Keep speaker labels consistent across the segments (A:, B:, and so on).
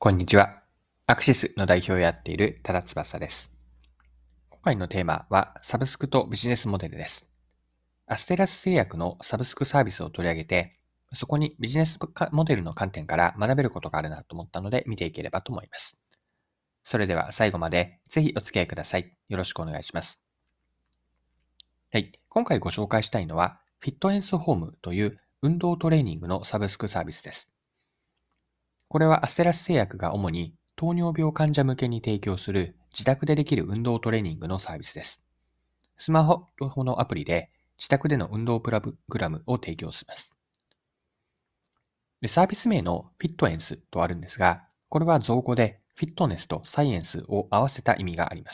A: こんにちは。アクシスの代表をやっている多田翼です。今回のテーマはサブスクとビジネスモデルです。アステラス製薬のサブスクサービスを取り上げて、そこにビジネスモデルの観点から学べることがあるなと思ったので見ていければと思います。それでは最後までぜひお付き合いください。よろしくお願いします。はい。今回ご紹介したいのは、フィットエンスホームという運動トレーニングのサブスクサービスです。これはアステラス製薬が主に糖尿病患者向けに提供する自宅でできる運動トレーニングのサービスです。スマホのアプリで自宅での運動プログラムを提供します。サービス名のフィットエンスとあるんですが、これは造語でフィットネスとサイエンスを合わせた意味があります。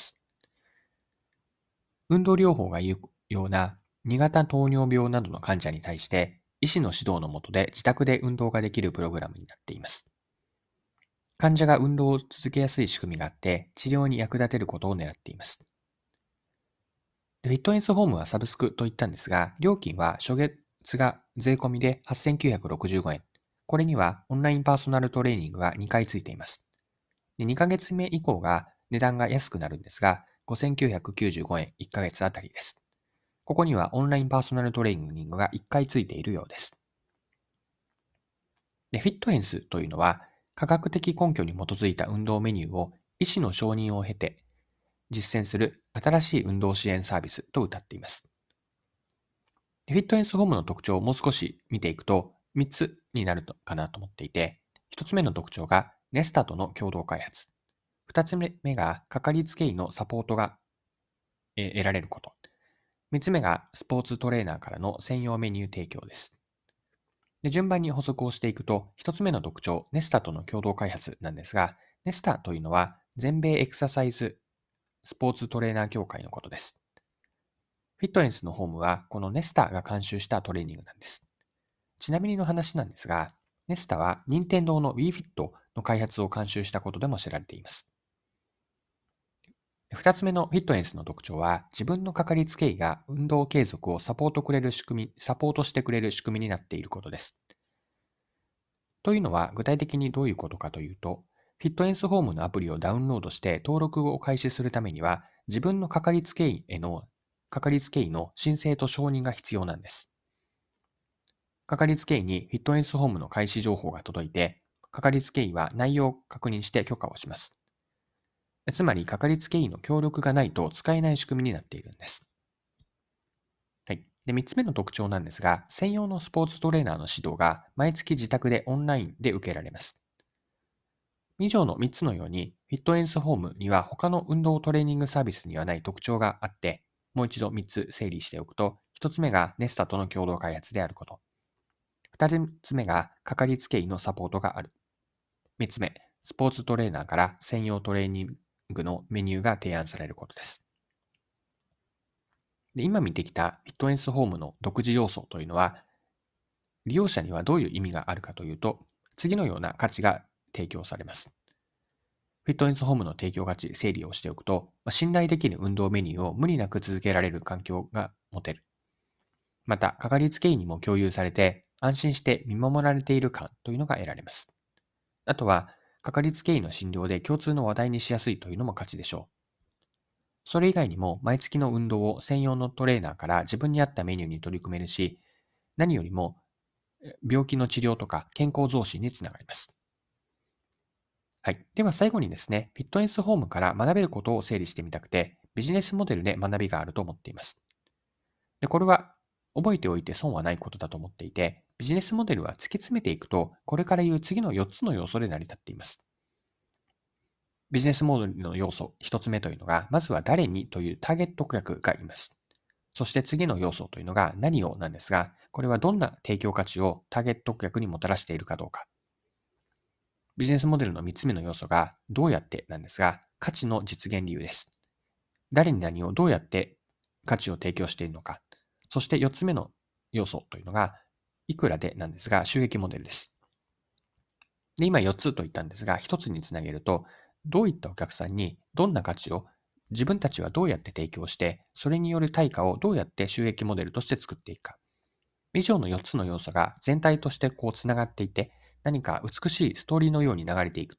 A: 運動療法が有用な2型糖尿病などの患者に対して、医師の指導の下で自宅で運動ができるプログラムになっています。患者が運動を続けやすい仕組みがあって、治療に役立てることを狙っています。フィットネスホームはサブスクと言ったんですが、料金は初月が税込みで8965円。これにはオンラインパーソナルトレーニングが2回ついています。2ヶ月目以降が値段が安くなるんですが、5995円1ヶ月あたりです。ここにはオンラインパーソナルトレーニングが1回ついているようです。フィットエンスというのは、科学的根拠に基づいた運動メニューを医師の承認を経て実践する新しい運動支援サービスと謳っています。フィットエンスホームの特徴をもう少し見ていくと3つになるかなと思っていて、1つ目の特徴がネスタとの共同開発。2つ目がかかりつけ医のサポートが得られること。3つ目がスポーツトレーナーからの専用メニュー提供です。順番に補足をしていくと、1つ目の特徴、ネスタとの共同開発なんですが、ネスタというのは全米エクササイズスポーツトレーナー協会のことです。フィットエンスのホームはこのネスタが監修したトレーニングなんです。ちなみにの話なんですが、ネスタは任天堂の Wii Fit の開発を監修したことでも知られています。二つ目のフィットエンスの特徴は、自分のかかりつけ医が運動継続をサポートしてくれる仕組みになっていることです。というのは、具体的にどういうことかというと、フィットエンスホームのアプリをダウンロードして登録を開始するためには、自分のかかりつけ医の申請と承認が必要なんです。かかりつけ医にフィットエンスホームの開始情報が届いて、かかりつけ医は内容を確認して許可をします。つまり、かかりつけ医の協力がないと使えない仕組みになっているんです。はい。で、3つ目の特徴なんですが、専用のスポーツトレーナーの指導が毎月自宅でオンラインで受けられます。以上の3つのように、フィットエンスホームには他の運動トレーニングサービスにはない特徴があって、もう一度3つ整理しておくと、1つ目がネスタとの共同開発であること。2つ目がかかりつけ医のサポートがある。3つ目、スポーツトレーナーから専用トレーニングのメニューが提案されることです。で、今見てきたフィットエンスホームの独自要素というのは、利用者にはどういう意味があるかというと、次のような価値が提供されます。フィットエンスホームの提供価値、整理をしておくと、信頼できる運動メニューを無理なく続けられる環境が持てる。また、かかりつけ医にも共有されて、安心して見守られている感というのが得られます。あとは、かかりつけ医の診療で共通の話題にしやすいというのも価値でしょう。それ以外にも、毎月の運動を専用のトレーナーから自分に合ったメニューに取り組めるし、何よりも、病気の治療とか健康増進につながります。はい。では最後にですね、フィットエンスホームから学べることを整理してみたくて、ビジネスモデルで学びがあると思っています。で、これは覚えておいて損はないことだと思っていて、ビジネスモデルは突き詰めていくと、これから言う次の4つの要素で成り立っています。ビジネスモデルの要素1つ目というのが、まずは誰にというターゲット顧客がいます。そして次の要素というのが何をなんですが、これはどんな提供価値をターゲット顧客にもたらしているかどうか。ビジネスモデルの3つ目の要素がどうやってなんですが、価値の実現理由です。誰に何をどうやって価値を提供しているのか。そして4つ目の要素というのが、いくらでなんですが、収益モデルです。で、今4つと言ったんですが、1つにつなげると、どういったお客さんにどんな価値を自分たちはどうやって提供して、それによる対価をどうやって収益モデルとして作っていくか。以上の4つの要素が全体としてこうつながっていて、何か美しいストーリーのように流れていくと、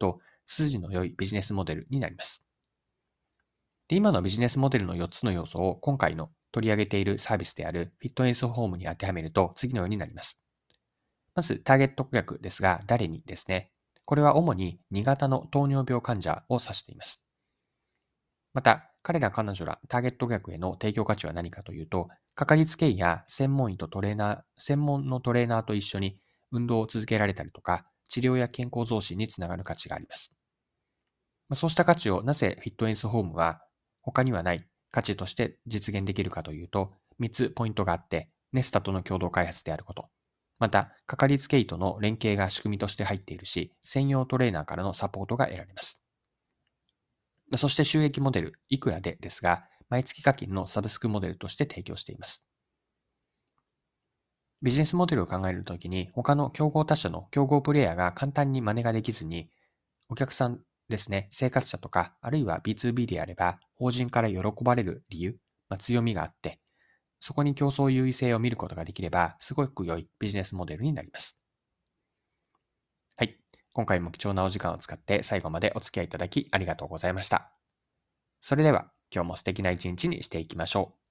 A: 筋の良いビジネスモデルになります。で、今のビジネスモデルの4つの要素を今回の取り上げているサービスであるフィットネスホームに当てはめると次のようになります。まず、ターゲット顧客ですが、誰にですね。これは主に2型の糖尿病患者を指しています。また、彼ら彼女らターゲット顧客への提供価値は何かというと、かかりつけ医や専門のトレーナーと一緒に運動を続けられたりとか、治療や健康増進につながる価値があります。そうした価値をなぜフィットネスホームは他にはない価値として実現できるかというと、3つポイントがあって、ネスタとの共同開発であること。また、かかりつけ医との連携が仕組みとして入っているし、専用トレーナーからのサポートが得られます。そして収益モデル、いくらでですが、毎月課金のサブスクモデルとして提供しています。ビジネスモデルを考えるときに、他の競合他社の競合プレイヤーが簡単に真似ができずに、お客さんですね、生活者とか、あるいは B2B であれば、法人から喜ばれる理由、強みがあって、そこに競争優位性を見ることができれば、すごく良いビジネスモデルになります。はい。今回も貴重なお時間を使って最後までお付き合いいただきありがとうございました。それでは、今日も素敵な一日にしていきましょう。